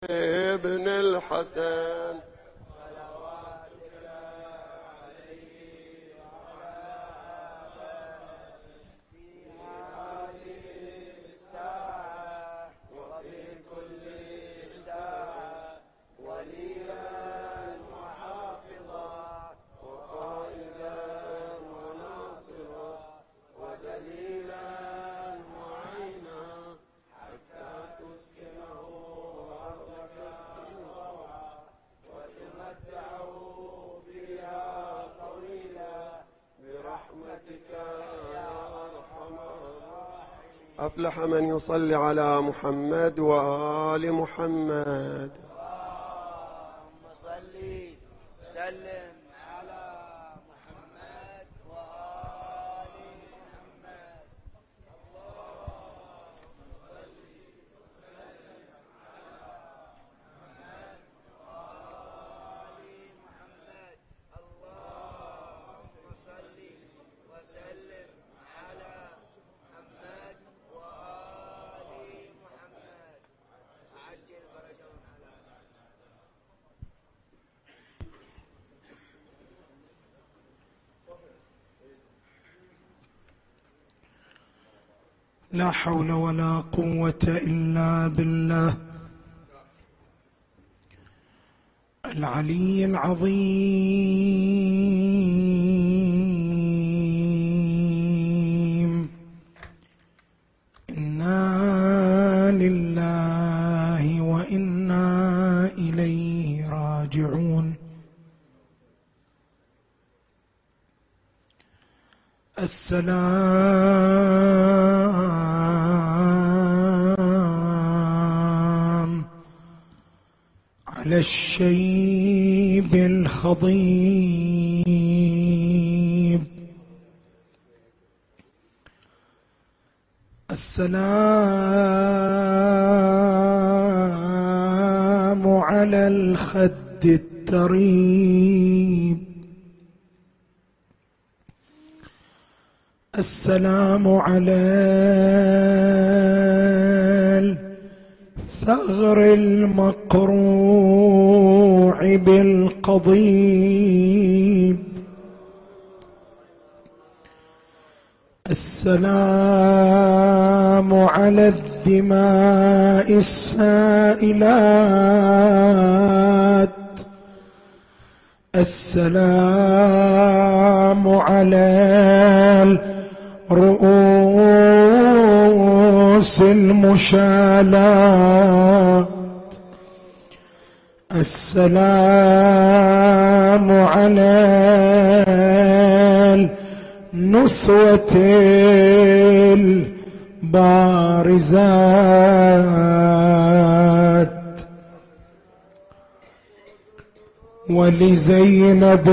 ابن الحسن أفلح من يصلي على محمد وآل محمد. اللهم صل وسلم على محمد وآل محمد. اللهم صل وسلم على محمد وآل محمد. اللهم صل وسلم على محمد وآل محمد. عجل فرجهم على لا حول ولا قوة إلا بالله العلي العظيم. إنا لله وإنا إليه راجعون. السلام على الشيب الخضيب. السلام على الخد التريب. السلام على الثغر المقروع بالقضيب. السلام على الدماء السائلات. السلام على رؤوس المشالات. السلام على النسوة البارزات. ولزينب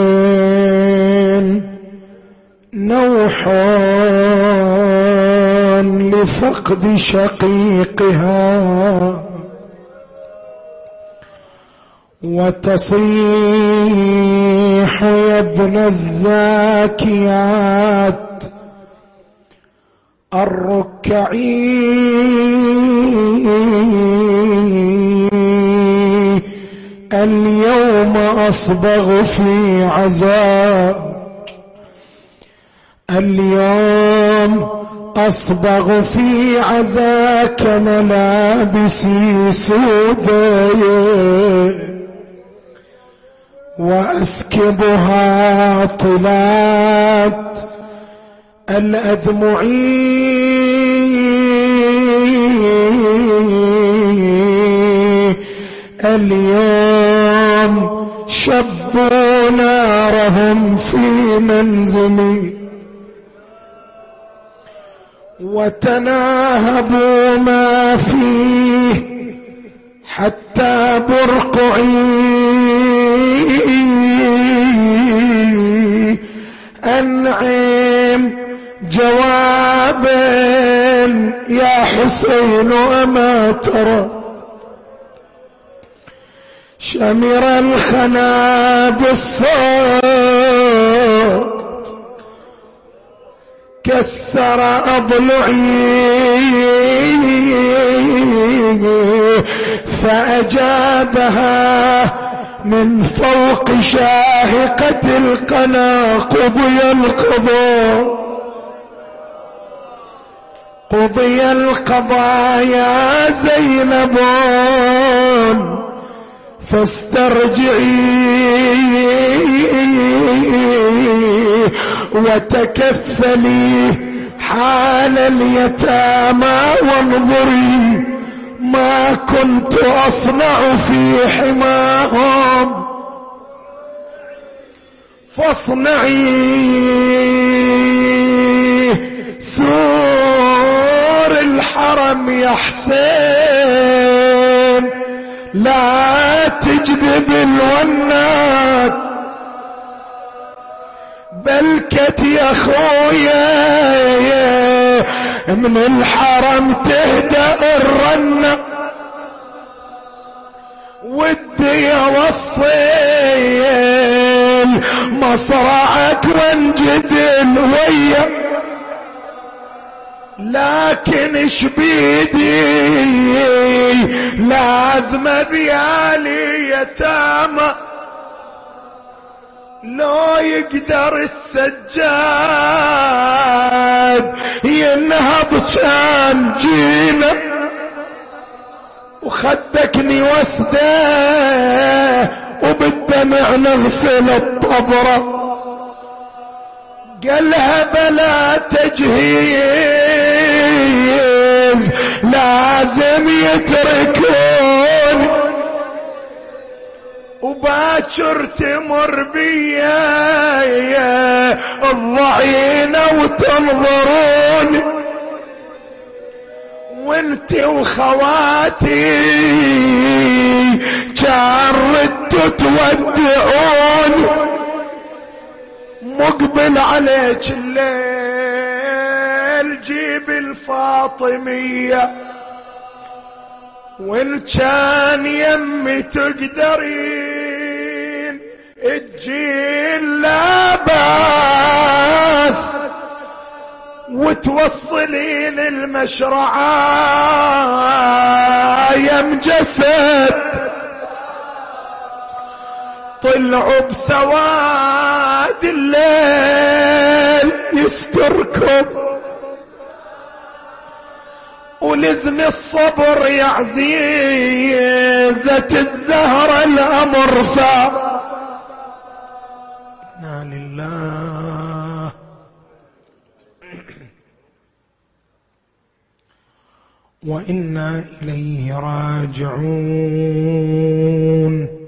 نوح لفقد شقيقها. وتصيح يا ابن الزاكيات الركعي اليوم أصبغ في عزاء. اليوم أصبغ في عزاك ملابسي سوداء. وأسكبها طلات الأدمعي. اليوم شبوا نارهم في منزلي. وتناهبوا ما فيه حتى برقعي. أنعم جوابا يا حسين أما ترى شمر الخنا بالصوت كسر أضلعي فأجابها من فوق شاهقة القنا قضي القضاء قضي القضاء يا زينب فاسترجعي وتكفلي حال اليتامى وانظري ما كنت أصنع في حماهم فاصنعي سور الحرم يا حسين لا تجذب الونات بلكت يا خويا من الحرم تهدأ الرنة ودي اوصل مصرعك وانجدل ويا لكن ايش بيدي لازم ذيالي يتامى لو يقدر السجاد ينهض كان جينا وخدكني وسده وبالدمع نغسل الطبرة قالها بلا تجهيز لازم يتركون وباكر تمر بيا الضعينة وتنظرون وانت وخواتي كان ردتوا تودعون مقبل عليك الليل جيب الفاطمية وان كان يمي تقدرين تجين لا باس وتوصلين المشرعة يم جسد طلعوا بسواد الليل يستركب ولزم الصبر يا عزيزة الزهرة الأمر إنا لله وإنا إليه راجعون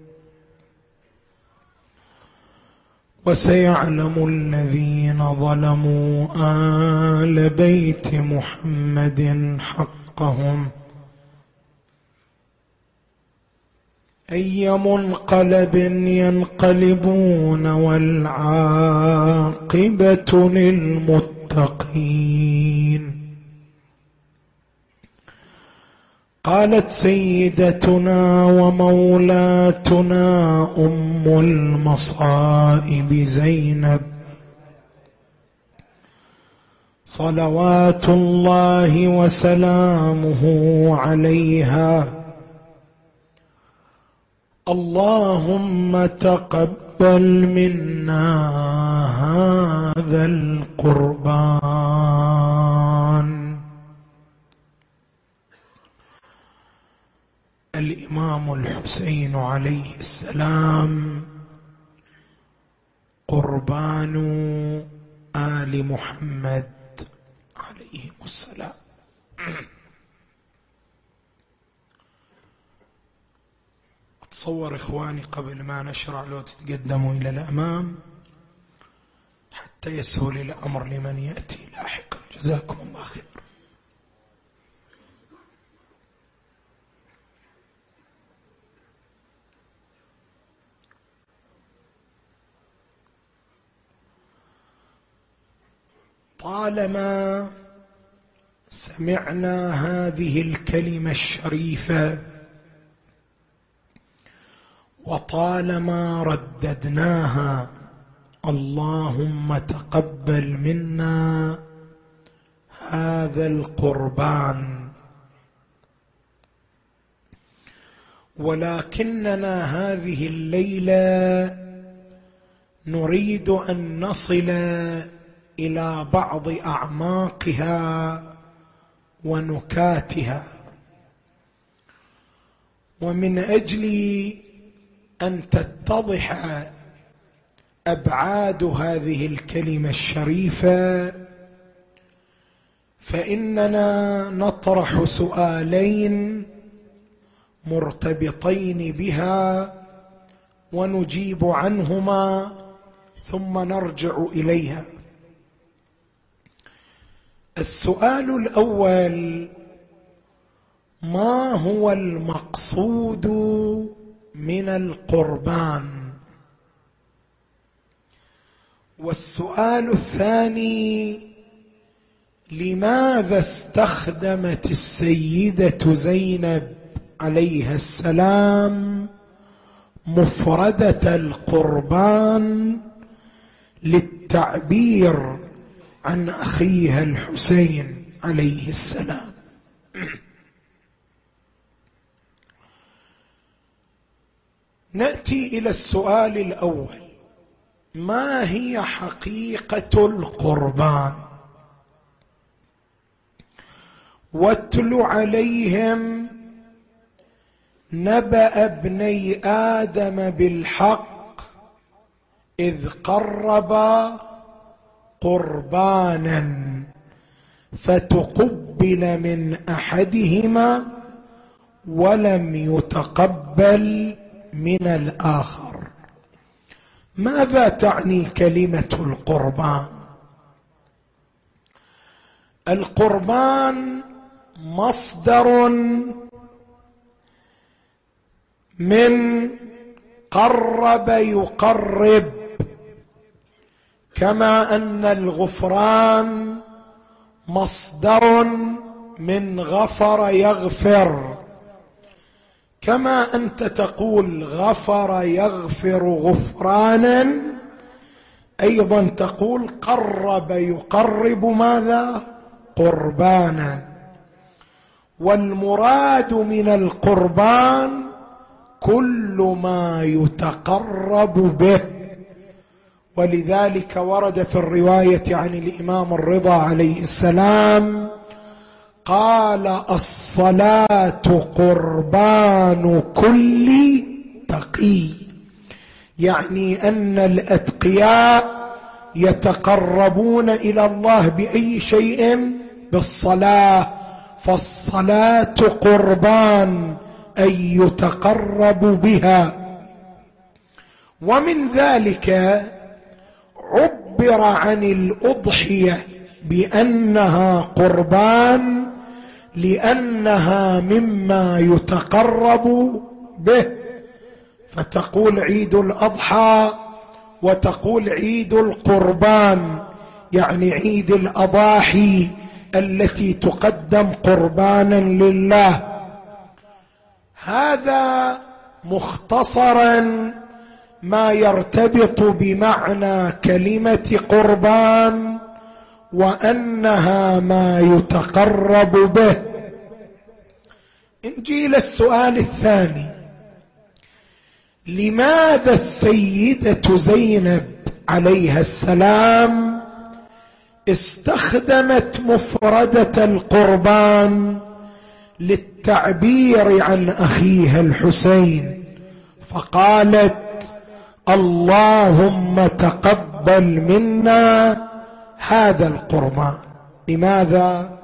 وسيعلم الذين ظلموا آل بيت محمد حقهم أي منقلب ينقلبون والعاقبة للمتقين. قالت سيدتنا ومولاتنا أم المصائب زينب صلوات الله وسلامه عليها: اللهم تقبل منا هذا القربان. الإمام الحسين عليه السلام قربان آل محمد عليهم السلام. أتصور إخواني قبل ما نشرع لو تتقدموا إلى الأمام حتى يسهل الأمر لمن يأتي لاحقا. جزاكم الله خير. طالما سمعنا هذه الكلمة الشريفة وطالما رددناها: اللهم تقبل منا هذا القربان، ولكننا هذه الليلة نريد أن نصل إلى بعض أعماقها ونكاتها، ومن أجل أن تتضح أبعاد هذه الكلمة الشريفة فإننا نطرح سؤالين مرتبطين بها ونجيب عنهما ثم نرجع إليها. السؤال الأول: ما هو المقصود من القربان؟ والسؤال الثاني: لماذا استخدمت السيدة زينب عليها السلام مفردة القربان للتعبير عن أخيها الحسين عليه السلام؟ نأتي إلى السؤال الأول: ما هي حقيقة القربان؟ واتل عليهم نبأ ابني آدم بالحق إذ قربا قربانا فتقبل من أحدهما ولم يتقبل من الآخر. ماذا تعني كلمة القربان؟ القربان مصدر من قرب يقرب، كما أن الغفران مصدر من غفر يغفر، كما أنت تقول غفر يغفر غفرانا أيضا تقول قرب يقرب ماذا؟ قربانا. والمراد من القربان كل ما يتقرب به، ولذلك ورد في الرواية عن الإمام الرضا عليه السلام قال: الصلاة قربان كل تقي، يعني أن الأتقياء يتقربون إلى الله بأي شيء؟ بالصلاة، فالصلاة قربان أي يتقرب بها. ومن ذلك عبر عن الأضحية بأنها قربان لأنها مما يتقرب به، فتقول عيد الأضحى وتقول عيد القربان، يعني عيد الأضاحي التي تقدم قربانا لله. هذا مختصرا ما يرتبط بمعنى كلمة قربان وأنها ما يتقرب به. نجي إلى السؤال الثاني: لماذا السيدة زينب عليها السلام استخدمت مفردة القربان للتعبير عن أخيها الحسين فقالت: اللهم تقبل منا هذا القربان؟ لماذا؟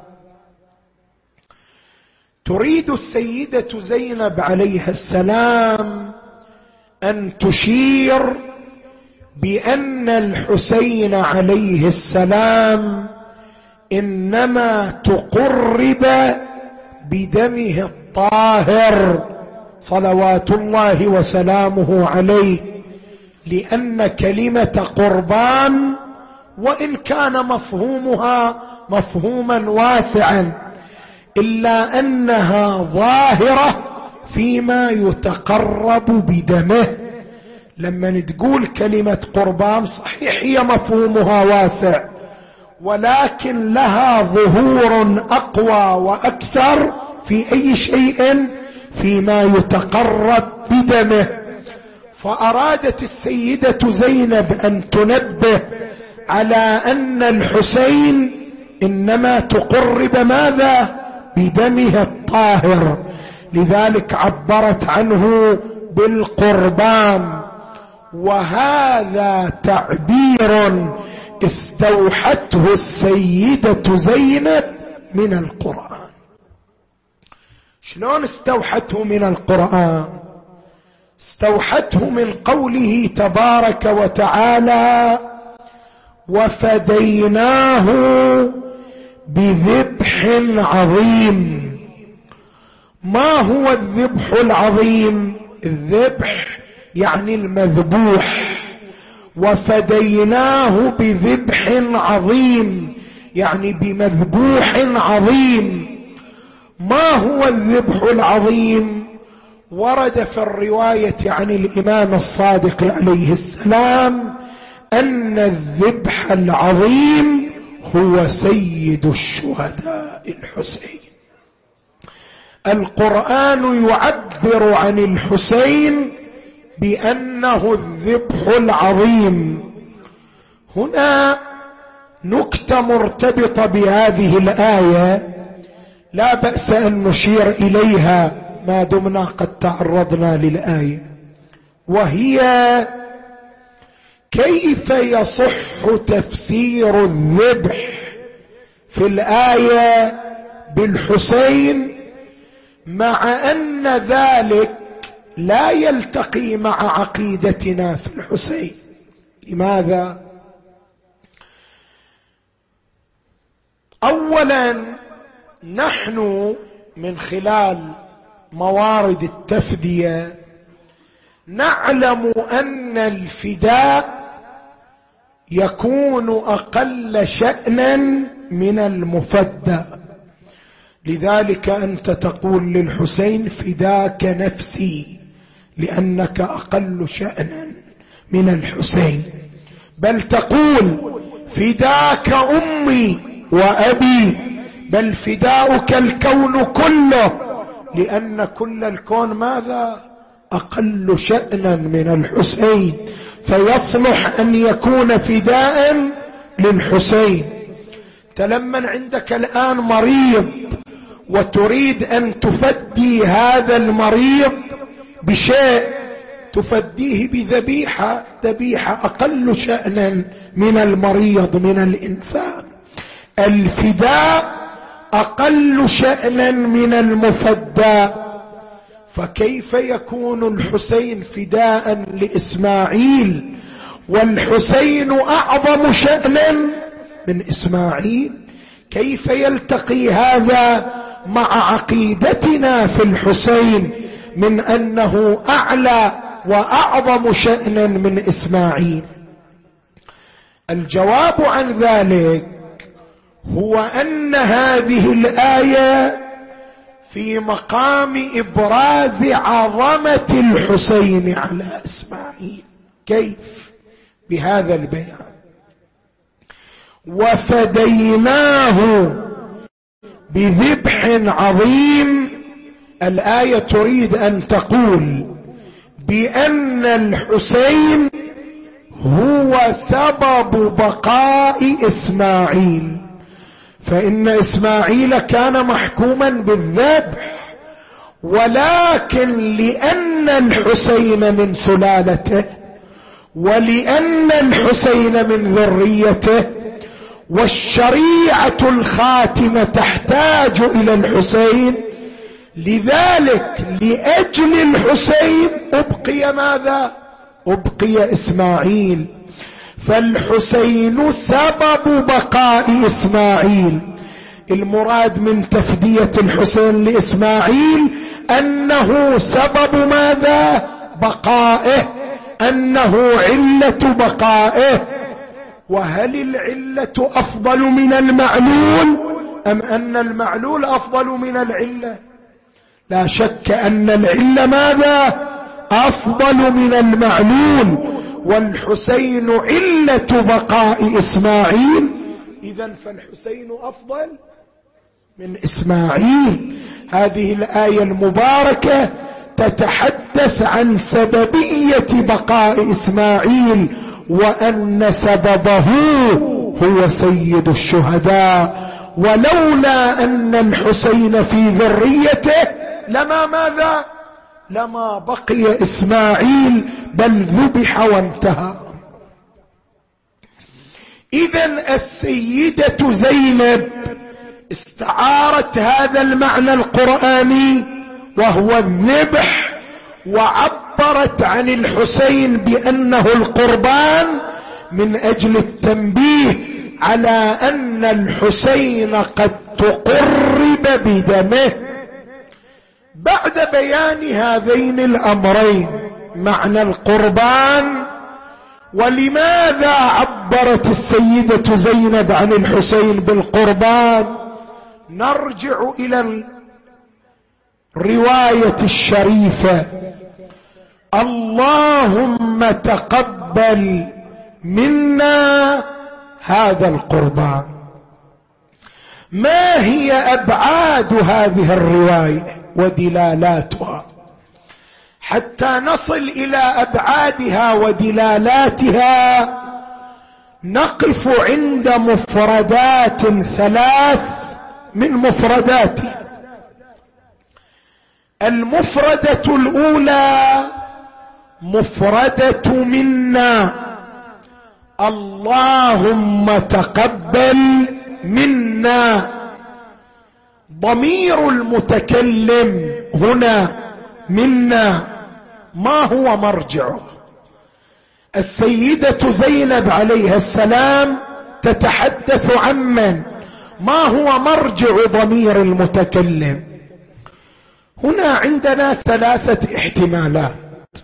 تريد السيدة زينب عليها السلام أن تشير بأن الحسين عليه السلام إنما تقرب بدمه الطاهر صلوات الله وسلامه عليه، لأن كلمة قربان وإن كان مفهومها مفهوما واسعا إلا أنها ظاهرة فيما يتقرب بدمه. لما تقول كلمة قربان صحيح هي مفهومها واسع، ولكن لها ظهور أقوى وأكثر في أي شيء؟ فيما يتقرب بدمه. فأرادت السيدة زينب أن تنبه على أن الحسين إنما تقرب ماذا؟ بدمه الطاهر، لذلك عبرت عنه بالقربان. وهذا تعبير استوحته السيدة زينب من القرآن. شلون استوحته من القرآن؟ استوحته من قوله تبارك وتعالى: وفديناه بذبح عظيم. ما هو الذبح العظيم؟ الذبح يعني المذبوح. وفديناه بذبح عظيم يعني بمذبوح عظيم. ما هو الذبح العظيم؟ ورد في الرواية عن الإمام الصادق عليه السلام أن الذبح العظيم هو سيد الشهداء الحسين. القرآن يعبر عن الحسين بأنه الذبح العظيم. هنا نكتة مرتبطة بهذه الآية لا بأس أن نشير إليها ما دمنا قد تعرضنا للآية، وهي كيف يصح تفسير الذبح في الآية بالحسين مع أن ذلك لا يلتقي مع عقيدتنا في الحسين. لماذا؟ أولا، نحن من خلال موارد التفدية نعلم أن الفداء يكون أقل شأنا من المفدى. لذلك أنت تقول للحسين فداك نفسي لأنك أقل شأنا من الحسين، بل تقول فداك أمي وأبي، بل فداؤك الكون كله، لأن كل الكون ماذا؟ أقل شأنا من الحسين، فيصلح أن يكون فداء للحسين. تلمن عندك الآن مريض وتريد أن تفدي هذا المريض بشيء، تفديه بذبيحة، ذبيحة أقل شأنا من المريض من الإنسان. الفداء أقل شأنا من المفدى. فكيف يكون الحسين فداء لإسماعيل والحسين أعظم شأنا من إسماعيل؟ كيف يلتقي هذا مع عقيدتنا في الحسين من أنه أعلى وأعظم شأنا من إسماعيل؟ الجواب عن ذلك هو أن هذه الآية في مقام إبراز عظمة الحسين على إسماعيل. كيف؟ بهذا البيان: وفديناه بذبح عظيم. الآية تريد أن تقول بأن الحسين هو سبب بقاء إسماعيل، فإن إسماعيل كان محكوما بالذبح، ولكن لأن الحسين من سلالته ولأن الحسين من ذريته والشريعة الخاتمة تحتاج إلى الحسين، لذلك لأجل الحسين أبقي ماذا؟ أبقي إسماعيل. فالحسين سبب بقاء إسماعيل. المراد من تفدية الحسين لإسماعيل أنه سبب ماذا؟ بقائه، أنه علة بقائه. وهل العلة أفضل من المعلول أم أن المعلول أفضل من العلة؟ لا شك أن العلة ماذا؟ أفضل من المعلول، والحسين علة بقاء إسماعيل، إذن فالحسين أفضل من إسماعيل. هذه الآية المباركة تتحدث عن سببية بقاء إسماعيل، وأن سببه هو سيد الشهداء، ولولا أن الحسين في ذريته لما بقي إسماعيل، بل ذبح وانتهى. إذن السيدة زينب استعارت هذا المعنى القرآني وهو الذبح، وعبرت عن الحسين بأنه القربان من أجل التنبيه على أن الحسين قد تقرب بدمه. بعد بيان هذين الأمرين، معنى القربان ولماذا عبرت السيدة زينب عن الحسين بالقربان، نرجع إلى الرواية الشريفة: اللهم تقبل منا هذا القربان. ما هي أبعاد هذه الرواية ودلالاتها؟ حتى نصل إلى أبعادها ودلالاتها نقف عند مفردات 3 من مفرداتها. المفردة الأولى مفردة منا، اللهم تقبل منا. ضمير المتكلم هنا منا ما هو مرجعه؟ السيدة زينب عليها السلام تتحدث عن من؟ ما هو مرجع ضمير المتكلم؟ هنا عندنا 3 احتمالات.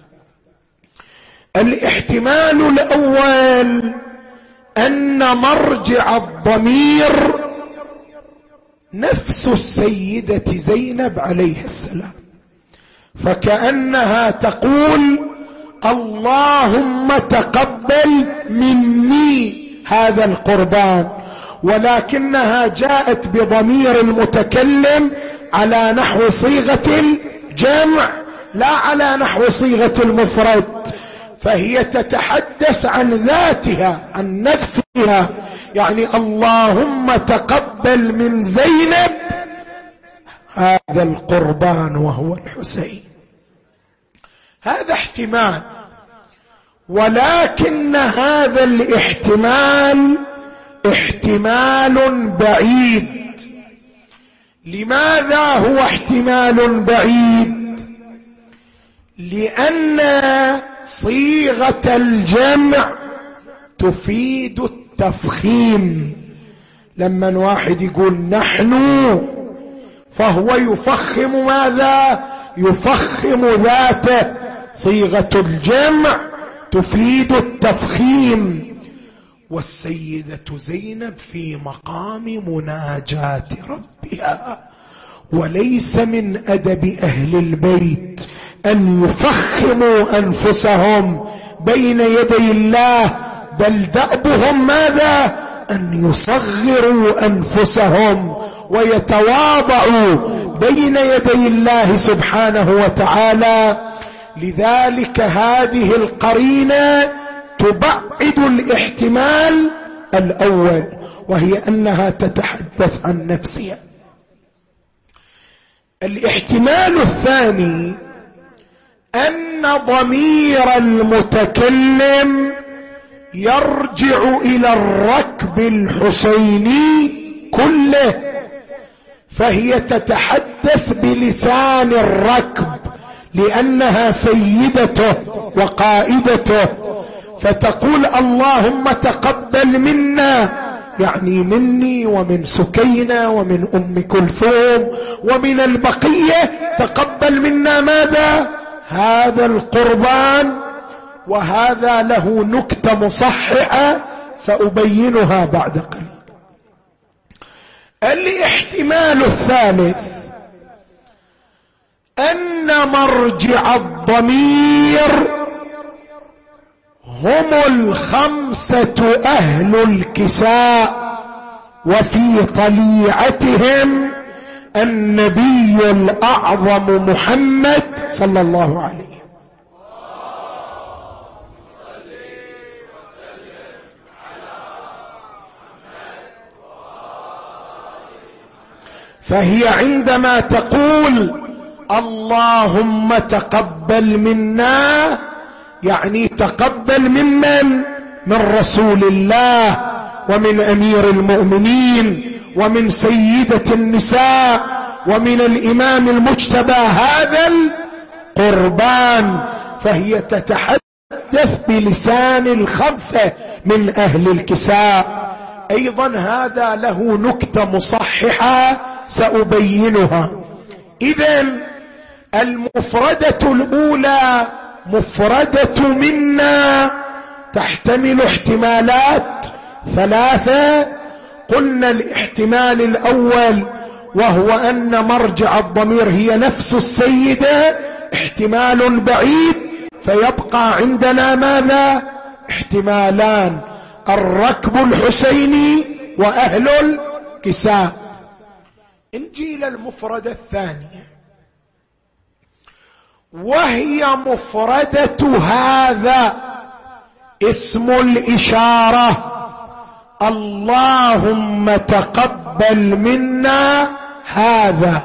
الاحتمال الأول أن مرجع الضمير نفس السيدة زينب عليه السلام، فكأنها تقول اللهم تقبل مني هذا القربان، ولكنها جاءت بضمير المتكلم على نحو صيغة الجمع لا على نحو صيغة المفرد، فهي تتحدث عن ذاتها عن نفسها، يعني اللهم تقبل من زينب هذا القربان وهو الحسين. هذا احتمال، ولكن هذا الاحتمال احتمال بعيد. لماذا هو احتمال بعيد؟ لأن صيغة الجمع تفيد التفخيم. لما واحد يقول نحن فهو يفخم ماذا؟ يفخم ذاته. صيغة الجمع تفيد التفخيم. والسيدة زينب في مقام مناجاة ربها، وليس من أدب أهل البيت أن يفخموا أنفسهم بين يدي الله، بل دأبهم ماذا؟ أن يصغروا أنفسهم ويتواضعوا بين يدي الله سبحانه وتعالى. لذلك هذه القرينة تبعد الاحتمال الأول، وهي أنها تتحدث عن نفسها. الاحتمال الثاني أن ضمير المتكلم يرجع إلى الركب الحسيني كله، فهي تتحدث بلسان الركب لأنها سيدته وقائدته، فتقول اللهم تقبل منا، يعني مني ومن سكينة ومن أم كلثوم ومن البقية، تقبل منا ماذا؟ هذا القربان. وهذا له نكتة مصححة سأبينها بعد قليل. الاحتمال الثالث أن مرجع الضمير هم 5 أهل الكساء، وفي طليعتهم النبي الأعظم محمد صلى الله عليه. فهي عندما تقول اللهم تقبل منا، يعني تقبل ممن؟ من رسول الله ومن أمير المؤمنين ومن سيدة النساء ومن الإمام المجتبى هذا القربان. فهي تتحدث بلسان الخمسة من أهل الكساء. أيضا هذا له نكتة مصححة سأبينها. إذن المفردة الأولى مفردة منا تحتمل احتمالات ثلاثة. قلنا الاحتمال الأول وهو أن مرجع الضمير هي نفس السيدة، احتمال بعيد، فيبقى عندنا ماذا؟ احتمالان: الركب الحسيني وأهل الكساء. نجي إلى المفردة الثانية وهي مفردة هذا، اسم الإشارة. اللهم تقبل منا هذا.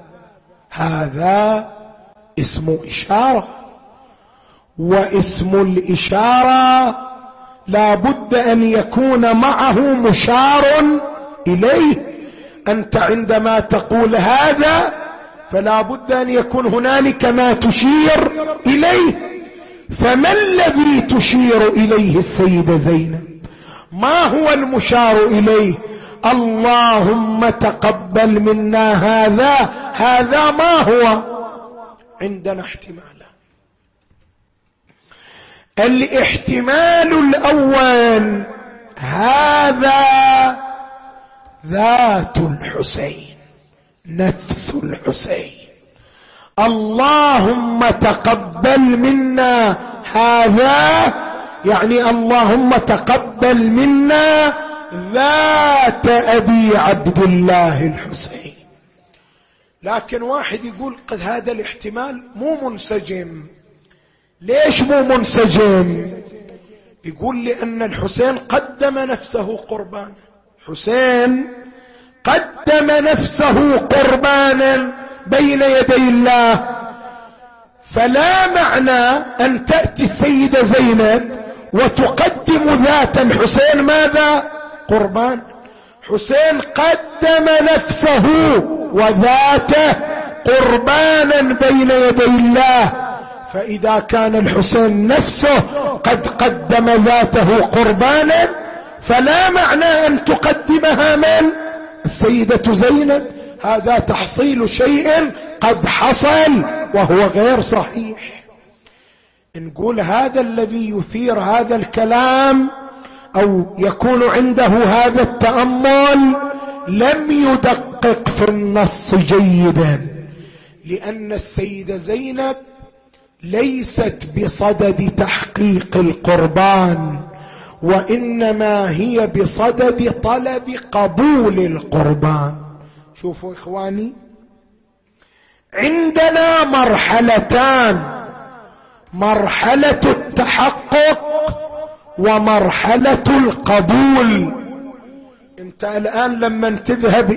هذا اسم إشارة، واسم الإشارة لا بد أن يكون معه مشار إليه. أنت عندما تقول هذا فلا بد أن يكون هنالك ما تشير إليه. فما الذي تشير إليه السيدة زينب؟ ما هو المشار إليه؟ اللهم تقبل منا هذا. هذا ما هو؟ عندنا احتمالا. الاحتمال الأول هذا ذات الحسين، نفس الحسين. اللهم تقبل منا هذا يعني اللهم تقبل منا ذات أبي عبد الله الحسين. لكن واحد يقول قد هذا الاحتمال مو منسجم. ليش مو منسجم؟ يقول لأن الحسين قدم نفسه قربانا. حسين قدم نفسه قربانا بين يدي الله، فلا معنى أن تأتي السيدة زينب وتقدم ذات الحسين ماذا؟ قربان. حسين قدم نفسه وذاته قربانا بين يدي الله، فإذا كان الحسين نفسه قد قدم ذاته قربانا فلا معنى أن تقدمها من؟ السيدة زينب. هذا تحصيل شيء قد حصل وهو غير صحيح. نقول هذا الذي يثير هذا الكلام أو يكون عنده هذا التأمل لم يدقق في النص جيدا، لأن السيدة زينب ليست بصدد تحقيق القربان، وإنما هي بصدد طلب قبول القربان. شوفوا إخواني، عندنا مرحلتان: مرحلة التحقق ومرحلة القبول. انت الآن لما تذهب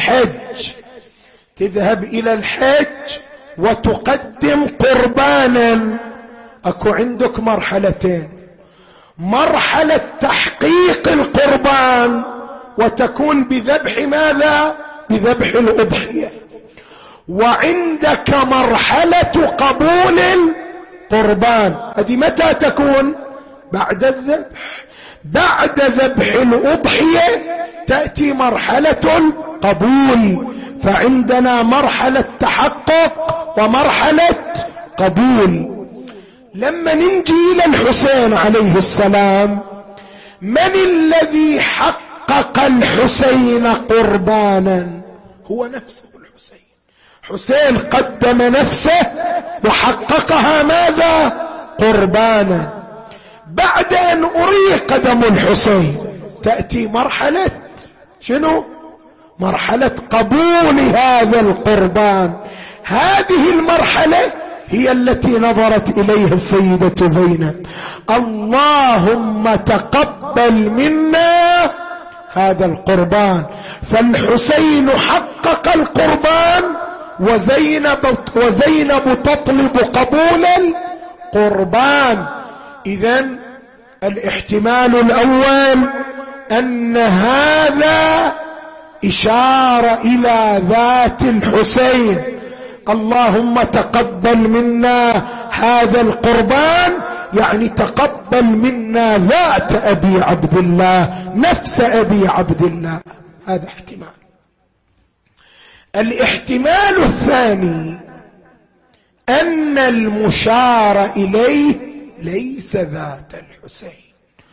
إلى الحج وتقدم قربانا، اكو عندك مرحلتين: مرحلة تحقيق القربان وتكون بذبح ماذا؟ بذبح الأضحية. وعندك مرحلة قبول القربان، هذه متى تكون؟ بعد الذبح. بعد ذبح الأضحية تأتي مرحلة القبول. فعندنا مرحلة تحقق ومرحلة قبول. لما ننجي إلى الحسين عليه السلام، من الذي حقق الحسين قربانا؟ هو نفسه الحسين. حسين قدم نفسه وحققها ماذا؟ قربانا. بعد أن أريق قدم الحسين تأتي مرحلة شنو؟ مرحلة قبول هذا القربان. هذه المرحلة هي التي نظرت إليها السيدة زينب: اللهم تقبل منا هذا القربان. فالحسين حقق القربان، وزينب تطلب قبول القربان. إذن الاحتمال الأول أن هذا إشارة إلى ذات الحسين: اللهم تقبل منا هذا القربان، يعني تقبل منا ذات أبي عبد الله، نفس أبي عبد الله. هذا احتمال. الاحتمال الثاني أن المشار إليه ليس ذات الحسين،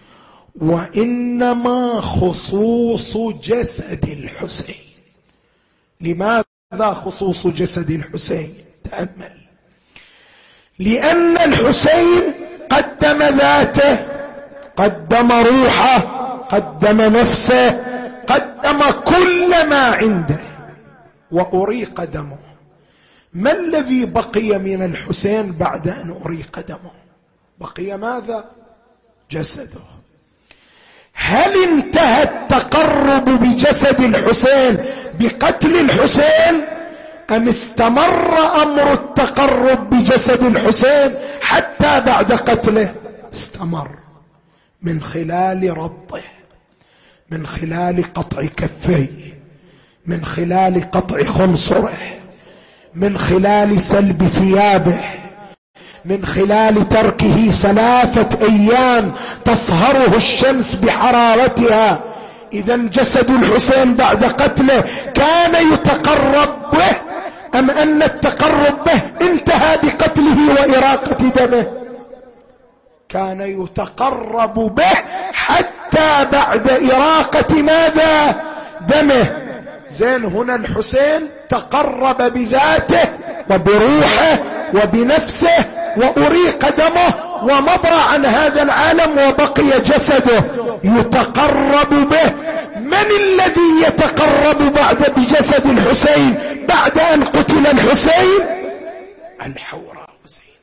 وإنما خصوص جسد الحسين. لماذا خصوص جسد الحسين؟ تأمل. لأن الحسين قدم ذاته، قدم روحه، قدم نفسه، قدم كل ما عنده، وأريق دمه. ما الذي بقي من الحسين بعد أن أريق دمه؟ بقي ماذا؟ جسده. هل انتهى التقرب بجسد الحسين بقتل الحسين، أم استمر أمر التقرب بجسد الحسين حتى بعد قتله؟ استمر، من خلال ربطه، من خلال قطع كفيه، من خلال قطع خنصره، من خلال سلب ثيابه، من خلال تركه 3 أيام تصهره الشمس بحرارتها. إذا جسد الحسين بعد قتله كان يتقرب به، أم أن التقرب به انتهى بقتله وإراقة دمه؟ كان يتقرب به حتى بعد إراقة ماذا؟ دمه. زين، هنا الحسين تقرب بذاته وبروحه وبنفسه وأريق دمه ومضى عن هذا العالم، وبقي جسده يتقرب به. من الذي يتقرب بعد بجسد الحسين بعد أن قتل الحسين؟ الحوراء زينب.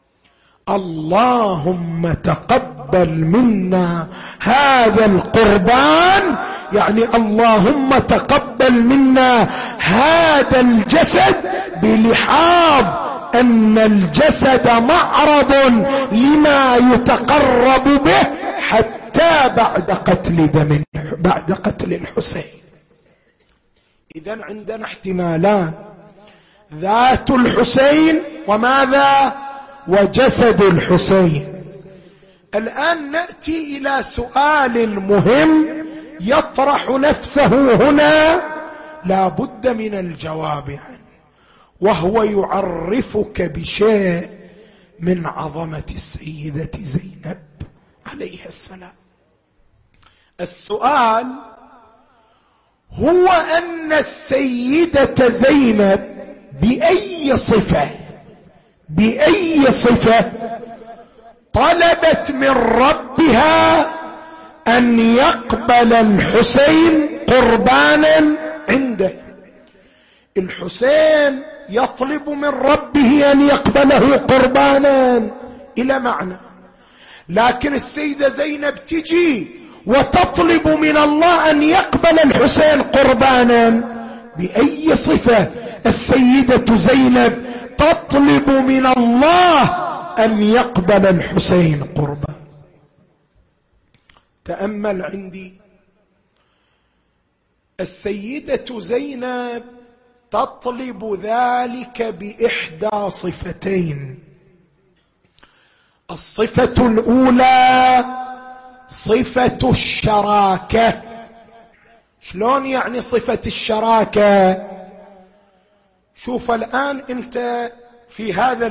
اللهم تقبل منا هذا القربان، يعني اللهم تقبل منا هذا الجسد، بلحاظ أن الجسد معرض لما يتقرب به حتى بعد قتل الحسين. إذن عندنا احتمالان: ذات الحسين وماذا؟ وجسد الحسين. الآن نأتي إلى سؤال مهم يطرح نفسه هنا، لا بد من الجواب عنه، وهو يعرفك بشيء من عظمة السيدة زينب عليها السلام. السؤال هو أن السيدة زينب بأي صفة طلبت من ربها أن يقبل الحسين قربانا عنده؟ الحسين يطلب من ربه أن يقبله قربانا إلى معنى، لكن السيدة زينب تجي وتطلب من الله أن يقبل الحسين قربانا. بأي صفة السيدة زينب تطلب من الله أن يقبل الحسين قربانا؟ تأمل عندي. السيدة زينب تطلب ذلك بإحدى صفتين. الصفة الأولى صفة الشراكة. شلون يعني صفة الشراكة؟ شوف الآن أنت في هذا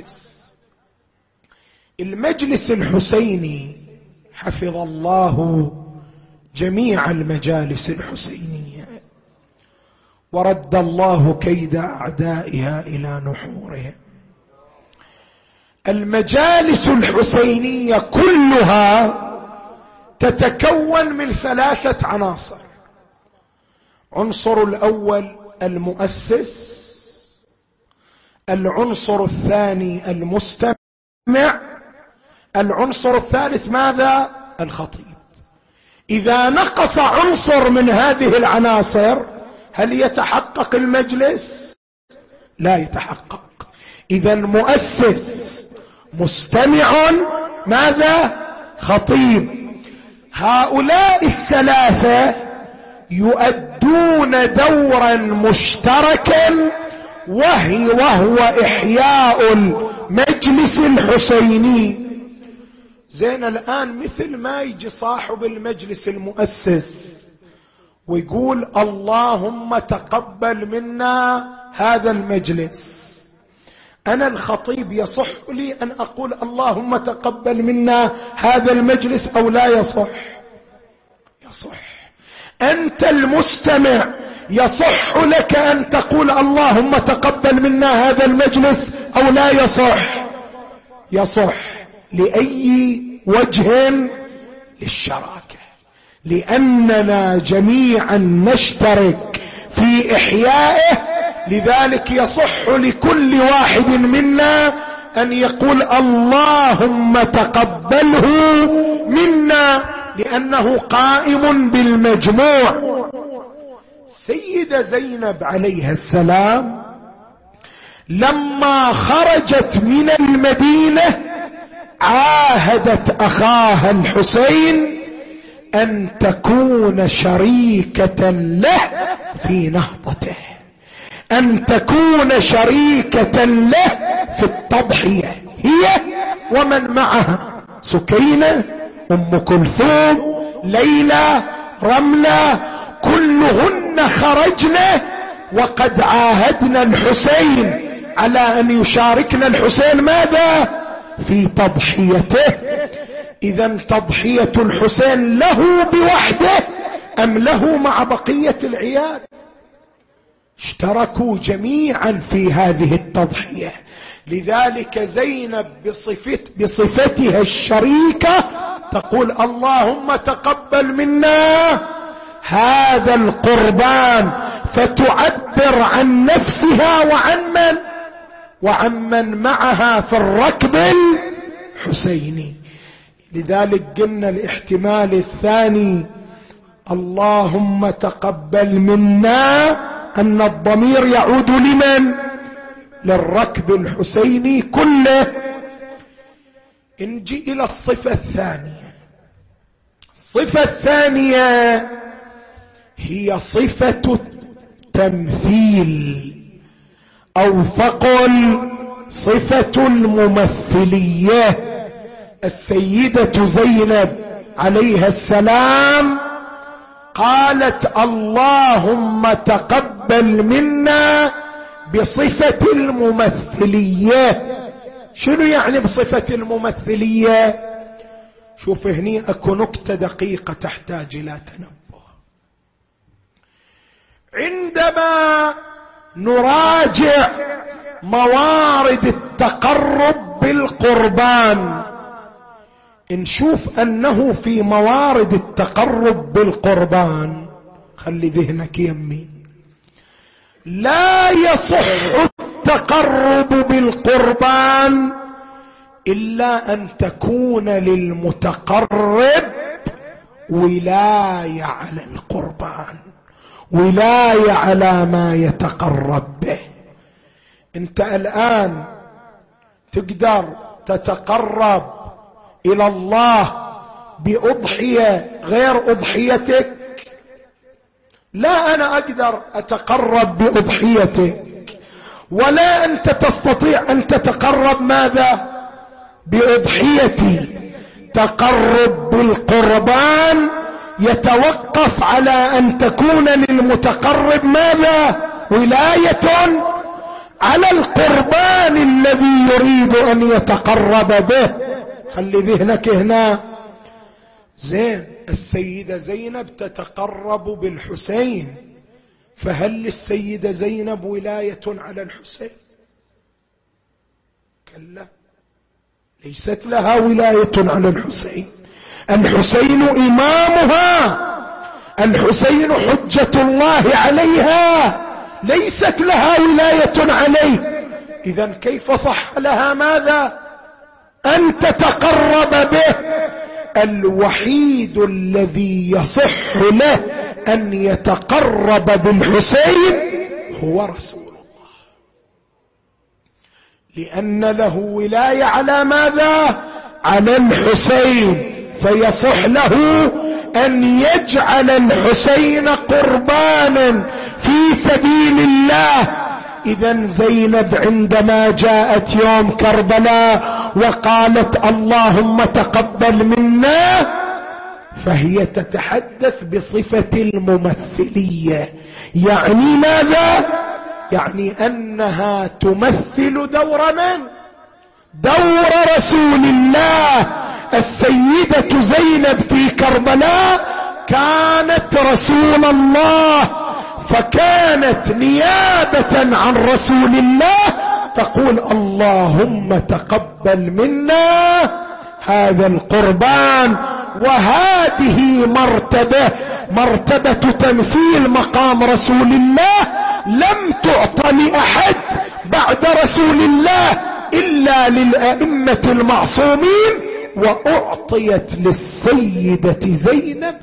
المجلس الحسيني، حفظ الله جميع المجالس الحسينية ورد الله كيد أعدائها إلى نحورها. المجالس الحسينية كلها تتكون من 3 عناصر: عنصر الأول المؤسس، العنصر الثاني المستمع، العنصر الثالث ماذا؟ الخطيب. إذا نقص عنصر من هذه العناصر هل يتحقق المجلس؟ لا يتحقق. إذا المؤسس مستمع ماذا؟ خطيب. هؤلاء الثلاثة يؤدون دورا مشتركا وهو إحياء المجلس الحسيني. زين الآن مثل ما يجي صاحب المجلس المؤسس ويقول اللهم تقبل منا هذا المجلس، أنا الخطيب يصح لي أن أقول اللهم تقبل منا هذا المجلس أو لا يصح؟ يصح. أنت المستمع يصح لك أن تقول اللهم تقبل منا هذا المجلس أو لا يصح؟ يصح. لأي وجه؟ للشراكة، لأننا جميعا نشترك في إحيائه، لذلك يصح لكل واحد منا أن يقول اللهم تقبله منا، لأنه قائم بالمجموع. سيدة زينب عليها السلام لما خرجت من المدينة عاهدت أخاها الحسين أن تكون شريكة له في نهضته، أن تكون شريكة له في التضحية، هي ومن معها، سكينة، أم كلثوم، ليلى، رملة، كلهن خرجنا وقد عاهدنا الحسين على أن يشاركنا الحسين ماذا؟ في تضحيته. إذن تضحية الحسين له بوحده أم له مع بقية العيال؟ اشتركوا جميعا في هذه التضحية. لذلك زينب بصفتها الشريكة تقول اللهم تقبل منا هذا القربان، فتعبر عن نفسها وعن من معها في الركب الحسيني. لذلك قلنا الاحتمال الثاني اللهم تقبل منا أن الضمير يعود لمن؟ للركب الحسيني كله. نجي إلى الصفة الثانية. الصفة الثانية هي صفة التمثيل، أو فقل صفة الممثلية. السيدة زينب عليها السلام قالت اللهم تقبل منا بصفة الممثلية. شنو يعني بصفة الممثلية؟ شوف هني اكو نكتة دقيقة تحتاج الى تنبه. عندما نراجع موارد التقرب بالقربان نشوف أنه في موارد التقرب بالقربان، خلي ذهنك يمي، لا يصح التقرب بالقربان إلا أن تكون للمتقرب ولاية على القربان، ولاية على ما يتقرب به. أنت الآن تقدر تتقرب إلى الله بأضحية غير أضحيتك؟ لا، أنا أقدر أتقرب بأضحيتك، ولا أنت تستطيع أن تتقرب ماذا؟ بأضحيتي. تقرب بالقربان يتوقف على أن تكون للمتقرب ماذا؟ ولاية على القربان الذي يريد أن يتقرب به. خلي ذهنك هنا. زين، السيدة زينب تتقرب بالحسين، فهل للسيدة زينب ولاية على الحسين؟ كلا، ليست لها ولاية على الحسين. الحسين إمامها، الحسين حجة الله عليها، ليست لها ولاية عليه. إذن كيف صح لها ماذا؟ أن تتقرب به. الوحيد الذي يصح له أن يتقرب بالحسين هو رسول الله، لأن له ولاية على ماذا؟ على الحسين، فيصح له أن يجعل الحسين قربانا في سبيل الله. إذن زينب عندما جاءت يوم كربلاء وقالت اللهم تقبل منا، فهي تتحدث بصفة الممثلية. يعني ماذا؟ يعني أنها تمثل دور من؟ دور رسول الله. السيدة زينب في كربلاء كانت رسول الله، فكانت نيابة عن رسول الله تقول اللهم تقبل منا هذا القربان. وهذه مرتبة تمثيل مقام رسول الله لم تعط لأحد بعد رسول الله إلا للأئمة المعصومين، وأعطيت للسيدة زينب.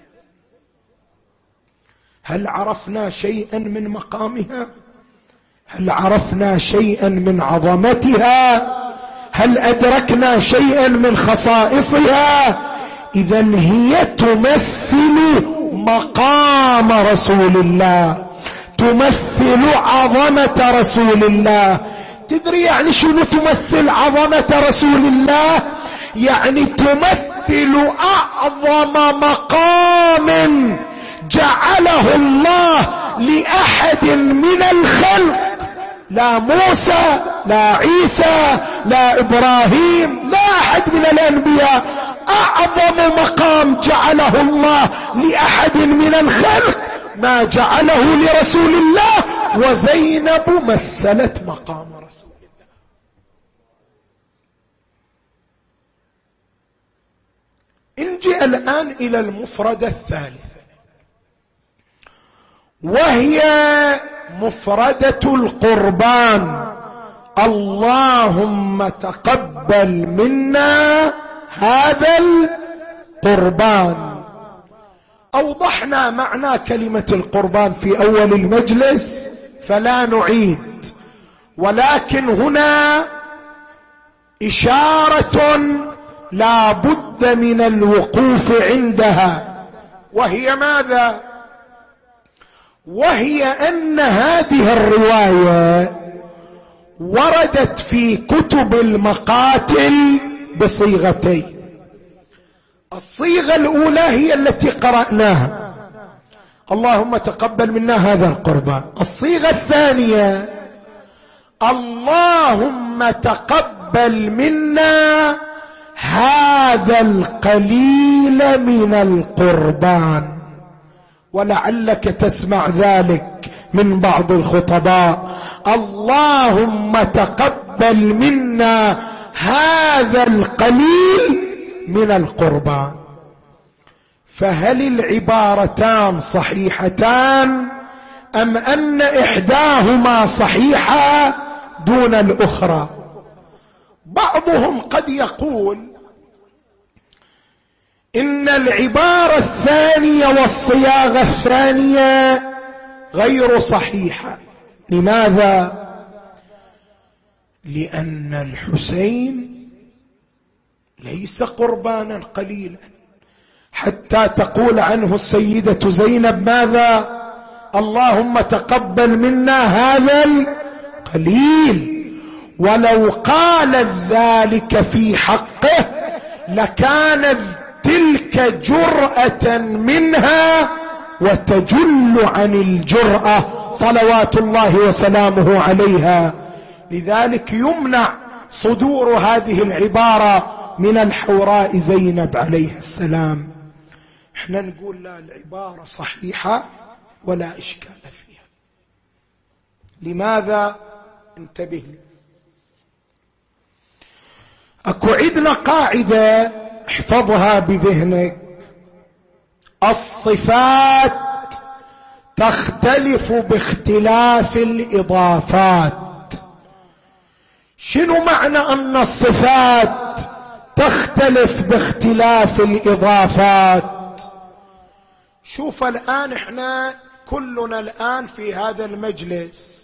هل عرفنا شيئا من مقامها؟ هل عرفنا شيئا من عظمتها؟ هل أدركنا شيئا من خصائصها؟ إذن هي تمثل مقام رسول الله، تمثل عظمة رسول الله. تدري يعني شنو تمثل عظمة رسول الله؟ يعني تمثل أعظم مقام جعله الله لأحد من الخلق، لا موسى لا عيسى لا إبراهيم لا أحد من الأنبياء. أعظم مقام جعله الله لأحد من الخلق ما جعله لرسول الله، وزينب مثلت مقام رسول الله. نجي الآن إلى المفردة الثالثة، وهي مفردة القربان. اللهم تقبل منا هذا القربان. أوضحنا معنى كلمة القربان في أول المجلس فلا نعيد، ولكن هنا إشارة لا بد من الوقوف عندها، وهي ماذا؟ وهي أن هذه الرواية وردت في كتب المقاتل بصيغتين. الصيغة الأولى هي التي قرأناها، اللهم تقبل منا هذا القربان. الصيغة الثانية اللهم تقبل منا هذا القليل من القربان. ولعلك تسمع ذلك من بعض الخطباء، اللهم تقبل منا هذا القليل من القربان. فهل العبارتان صحيحتان أم أن إحداهما صحيحة دون الأخرى؟ بعضهم قد يقول إن العبارة الثانية والصياغة الثانية غير صحيحة. لماذا؟ لأن الحسين ليس قربانا قليلا حتى تقول عنه السيدة زينب ماذا؟ اللهم تقبل منا هذا القليل. ولو قالت ذلك في حقه لكانت تلك جرأة منها وتجل عن الجرأة صلوات الله وسلامه عليها. لذلك يمنع صدور هذه العبارة من الحوراء زينب عليه السلام. احنا نقول لا، العبارة صحيحة ولا إشكال فيها. لماذا؟ انتبه، أكو عندنا قاعدة احفظها بذهنك. الصفات تختلف باختلاف الإضافات. شنو معنى أن الصفات تختلف باختلاف الإضافات؟ شوف الآن احنا كلنا الآن في هذا المجلس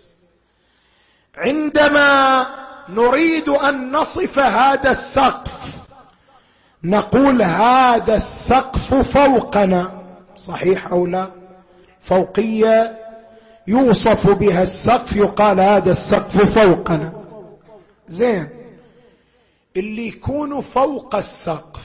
عندما نريد أن نصف هذا السقف نقول هذا السقف فوقنا، صحيح أو لا؟ فوقية يوصف بها السقف، يقال هذا السقف فوقنا. زين، اللي يكونوا فوق السقف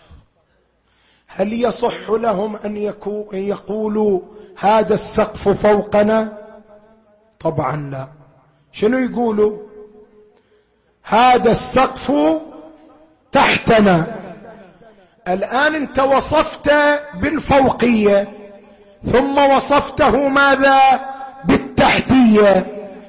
هل يصح لهم أن يقولوا هذا السقف فوقنا؟ طبعا لا. شنو يقولوا؟ هذا السقف تحتنا. الآن انت وصفت بالفوقية ثم وصفته ماذا؟ بالتحتية.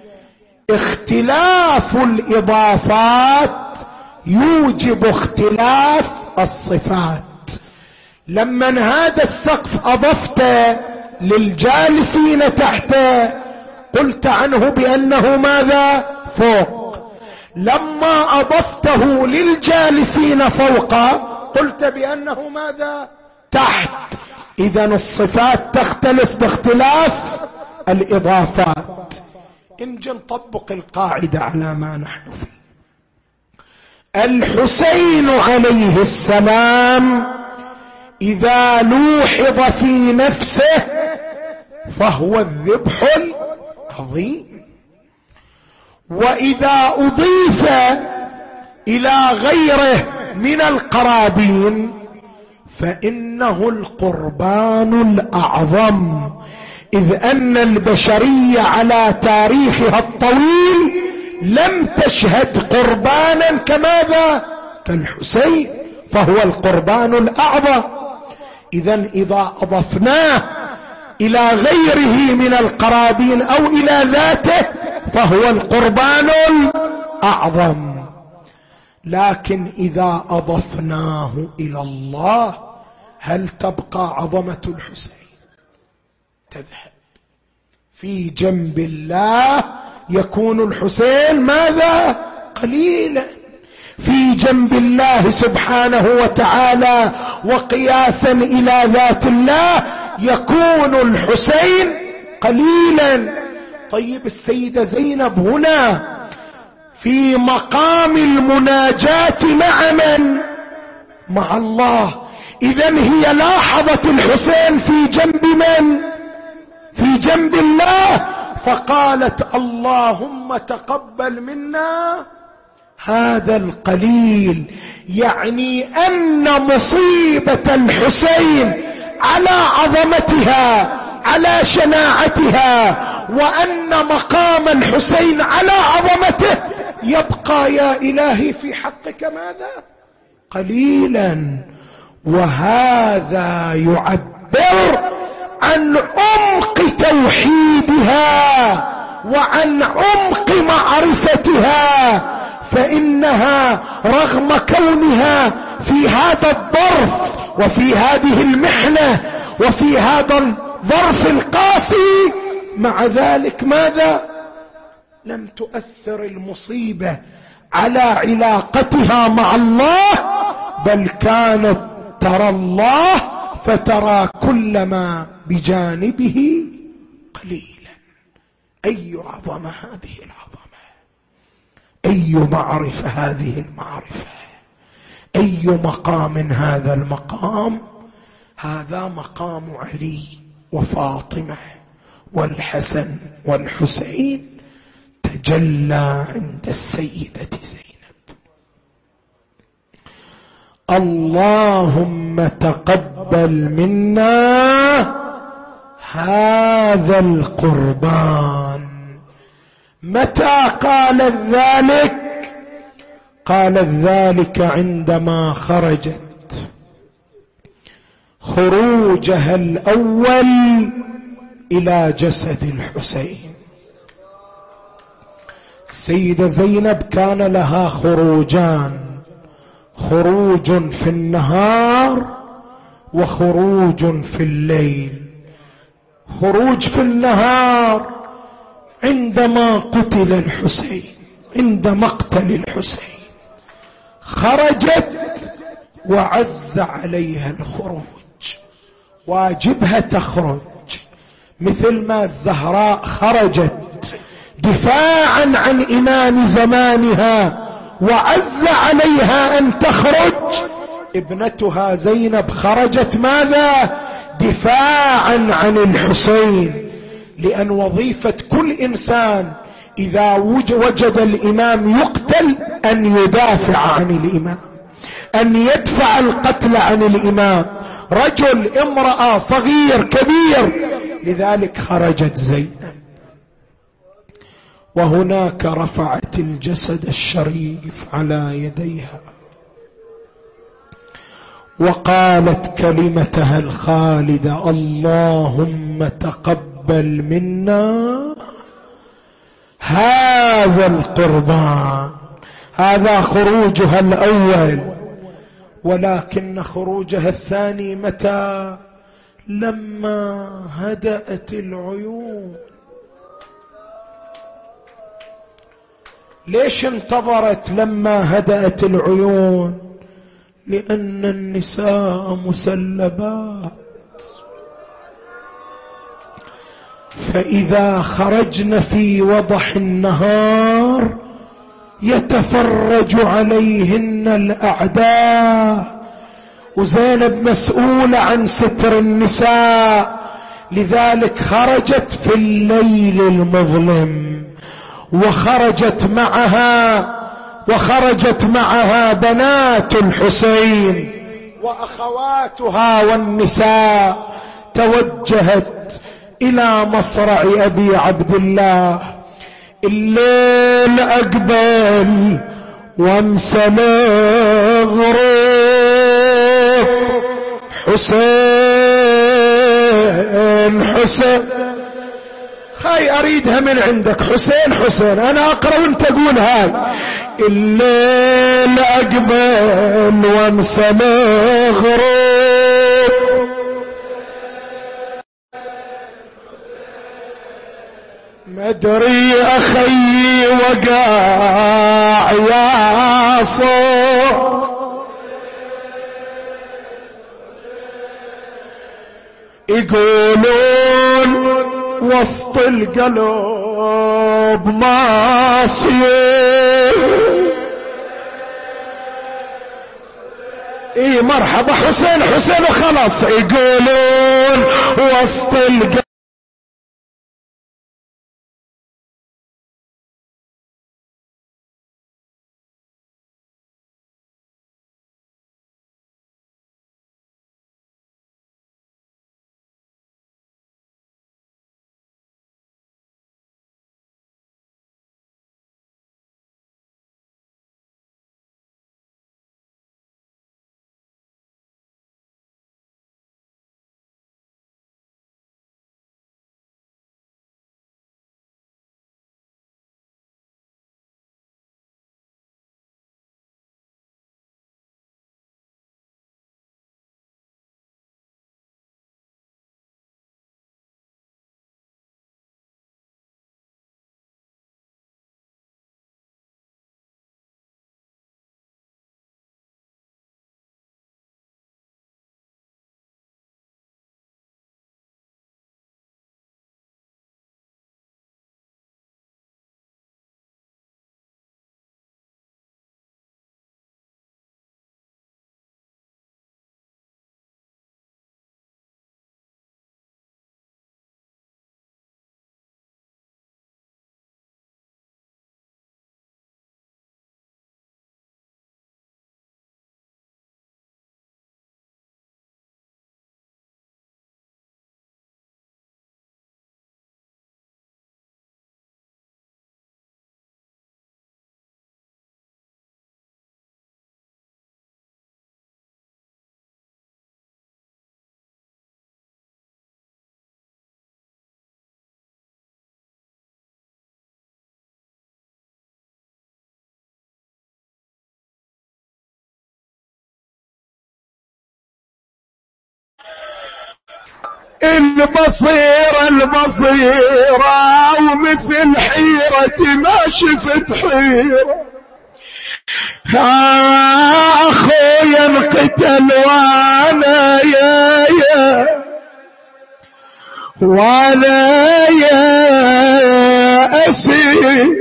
اختلاف الإضافات يوجب اختلاف الصفات. لما هذا السقف أضفت للجالسين تحته قلت عنه بأنه ماذا؟ فوق. لما أضفته للجالسين فوق قلت بأنه ماذا؟ تحت. إذن الصفات تختلف باختلاف الإضافات. نجي نطبق القاعدة على ما نحن فيه. الحسين عليه السلام إذا لوحظ في نفسه فهو الذبح العظيم، وإذا أضيف إلى غيره من القرابين فإنه القربان الأعظم، إذ أن البشرية على تاريخها الطويل لم تشهد قربانا كماذا؟ كالحسين، فهو القربان الأعظم. إذن إذا أضفناه إلى غيره من القرابين أو إلى ذاته فهو القربان الأعظم. لكن إذا أضفناه إلى الله هل تبقى عظمة الحسين؟ تذهب. في جنب الله يكون الحسين ماذا؟ قليلا. في جنب الله سبحانه وتعالى وقياسا إلى ذات الله يكون الحسين قليلا. طيب السيدة زينب هنا في مقام المناجاة مع من؟ مع الله. إذن هي لاحظت الحسين في جنب من؟ في جنب الله، فقالت اللهم تقبل منا هذا القليل. يعني أن مصيبة الحسين على عظمتها، على شناعتها، وأن مقام الحسين على عظمته يبقى يا إلهي في حقك ماذا؟ قليلا. وهذا يعبر عن عمق توحيدها وعن عمق معرفتها، فإنها رغم كونها في هذا الظرف وفي هذه المحنة وفي هذا الظرف القاسي مع ذلك ماذا؟ لم تؤثر المصيبة على علاقتها مع الله، بل كانت ترى الله فترى كل ما بجانبه قليلا. أي عظمة هذه العظمة، أي معرفة هذه المعرفة، أي مقام هذا المقام. هذا مقام علي وفاطمة والحسن والحسين تجلى عند السيدة زينب. اللهم تقبل منا هذا القربان. متى قالت ذلك؟ قالت ذلك عندما خرجت خروجها الأول إلى جسد الحسين. السيدة زينب كان لها خروجان، خروج في النهار وخروج في الليل. خروج في النهار عندما قتل الحسين، عند مقتل الحسين خرجت وعز عليها الخروج، واجبها تخرج، مثل ما الزهراء خرجت دفاعا عن إمام زمانها وعز عليها أن تخرج. ابنتها زينب خرجت ماذا؟ دفاعا عن الحسين. لأن وظيفة كل إنسان إذا وجد الإمام يقتل أن يدافع عن الإمام، أن يدفع القتل عن الإمام، رجل امرأة صغير كبير. لذلك خرجت زينب، وهناك رفعت الجسد الشريف على يديها وقالت كلمتها الخالدة: اللهم تقبل منا هذا القربان. هذا خروجها الأول، ولكن خروجها الثاني متى؟ لما هدأت العيون. ليش انتظرت لما هدأت العيون؟ لأن النساء مسلبات، فإذا خرجن في وضح النهار يتفرج عليهن الأعداء، وزينب مسؤولة عن ستر النساء. لذلك خرجت في الليل المظلم، وخرجت معها بنات الحسين وأخواتها والنساء. توجهت إلى مصرع أبي عبد الله. الليل أقبل وامسل غروب، حسين حسين. هاي أريدها من عندك، حسين حسين، أنا أقرأ وانت قول هاي. الليل أقبل وامسل غروب، مدري أخي وقع يا صوت، يقولون وسط القلب ماصير. اي مرحبا حسين حسين وخلاص. يقولون وسط القلب البصيرة ومثل حيرتي ما شفت حيرة. أخويا انقتل وانا يا أسير،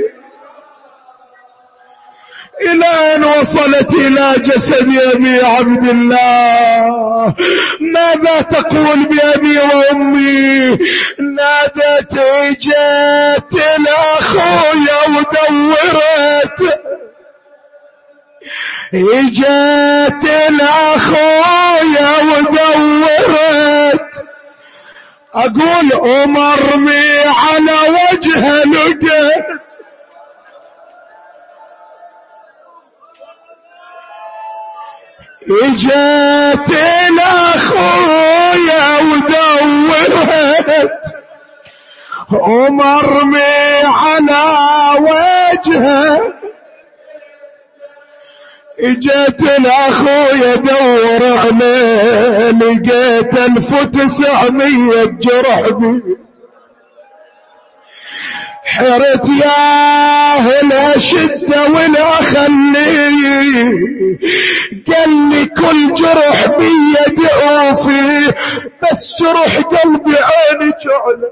إلى أن وصلت إلى جسد أبي عبد الله. ماذا تقول بأبي وأمي؟ نادت جات الأخويا ودورت، جات الأخويا ودورت، أقول أمرمي على وجه لقيت، اجت الاخويا ودورت، ومرمي على وجهه، اجت الاخويا دور عليه، لقيت 1900 جرح بي، حرت ياه لا شدة ولا خليه، قال لي كل جرح بي يدعو فيه، بس جرح قلبي عيني جعله،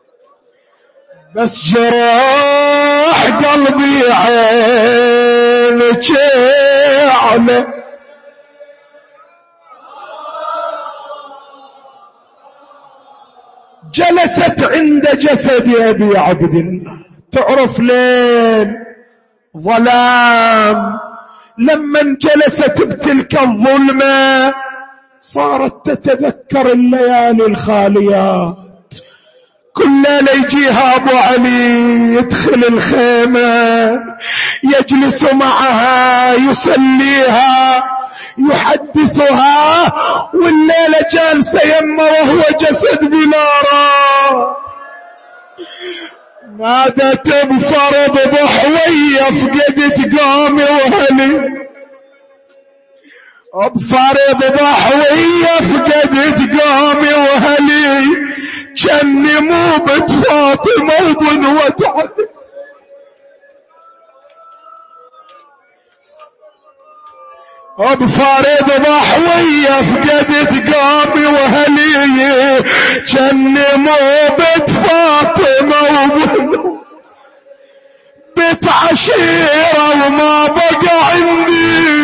بس جرح قلبي عيني جعله. جلست عند جسد أبي عبد الله، تعرف ليل ظلام، لما جلست بتلك الظلمة صارت تتذكر الليالي الخاليات. كل ليلة يجيها أبو علي يدخل الخيمة، يجلس معها يسليها يحدثها، والليلة جالسة يمه وهو جسد بلا راس. نادت بفرض ضحوية فقدت قامي وهلي، بفرض ضحوية فقدت قامي وهلي، جني مو بنت فاطمة وبنوة علي. بفرض ضحوية فقدت قامي وهلي، جني مو بنت فاطمة وبنوة، بيت عشيرة وما بقى عندي.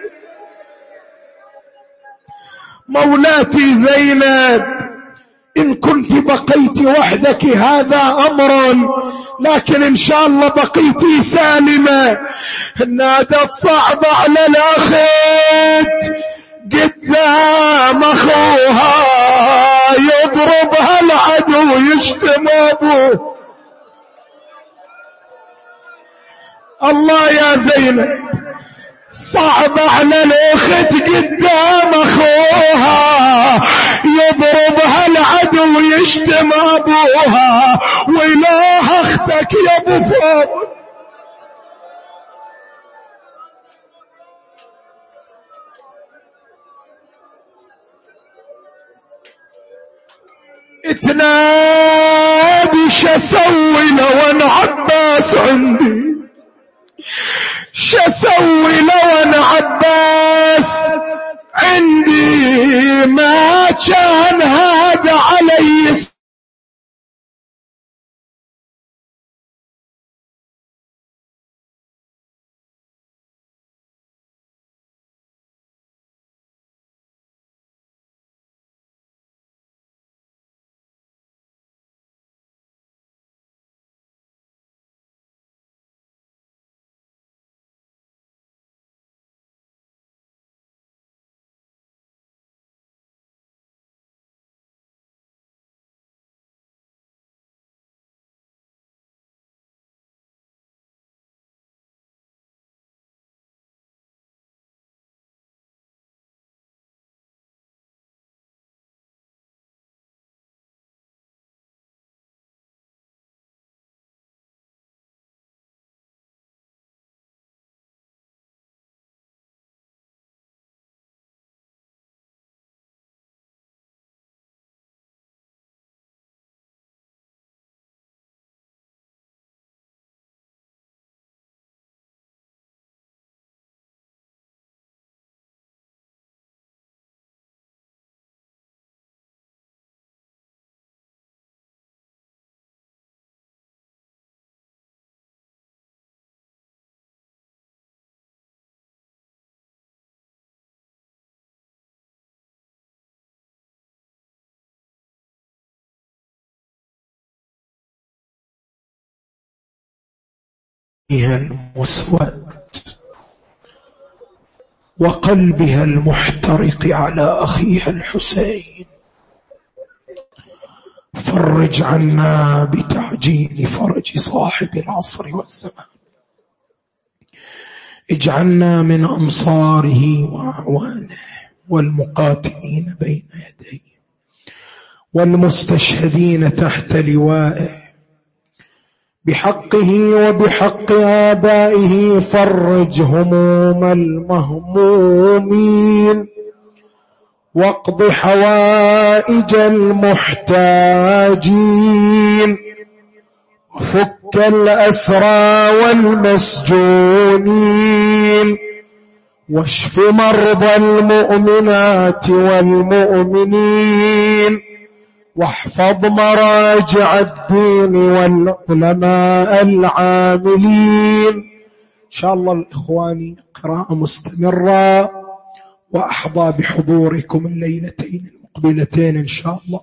مولاتي زينب، إن كنت بقيت وحدك هذا أمر، لكن إن شاء الله بقيتي سالمة. نادت صعب على الأخت قدام أخوها، يضربها العدو يشتم أبوه. الله يا زينب، صعب على الأخت قدام أخوها، يضربها العدو يشتم أبوها، وإله أختك يا أبو فاضل. اتنادي شسوي لو أنا عباس عندي، شسوي لو أنا عباس عندي، ما كان هذا علي المسود وقلبها المحترق على أخيها الحسين، فرج عنا بتعجيل فرج صاحب العصر والزمان، اجعلنا من أنصاره وأعوانه والمقاتلين بين يديه والمستشهدين تحت لوائه، بحقه وبحق آبائه فرج هموم المهمومين، واقض حوائج المحتاجين، وفك الأسرى والمسجونين، واشف مرضى المؤمنات والمؤمنين، واحفظ مراجع الدين والعلماء العاملين. إن شاء الله الإخواني قراءة مستمرة، وأحظى بحضوركم الليلتين المقبلتين إن شاء الله.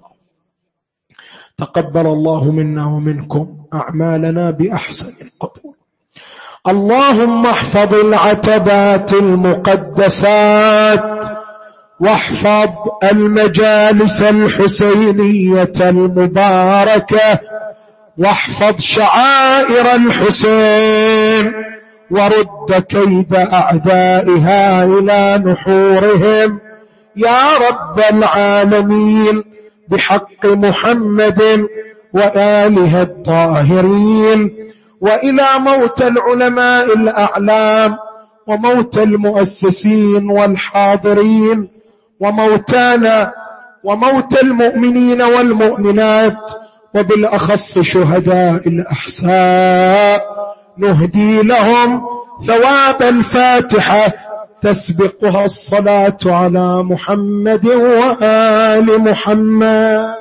تقبل الله منا ومنكم أعمالنا بأحسن القبول. اللهم احفظ العتبات المقدسات، واحفظ المجالس الحسينية المباركة، واحفظ شعائر الحسين، ورد كيد أعدائها إلى نحورهم يا رب العالمين، بحق محمد وآله الطاهرين. وإلى موت العلماء الأعلام وموت المؤسسين والحاضرين وموتانا وموت المؤمنين والمؤمنات، وبالأخص شهداء الأحساء، نهدي لهم ثواب الفاتحة تسبقها الصلاة على محمد وآل محمد.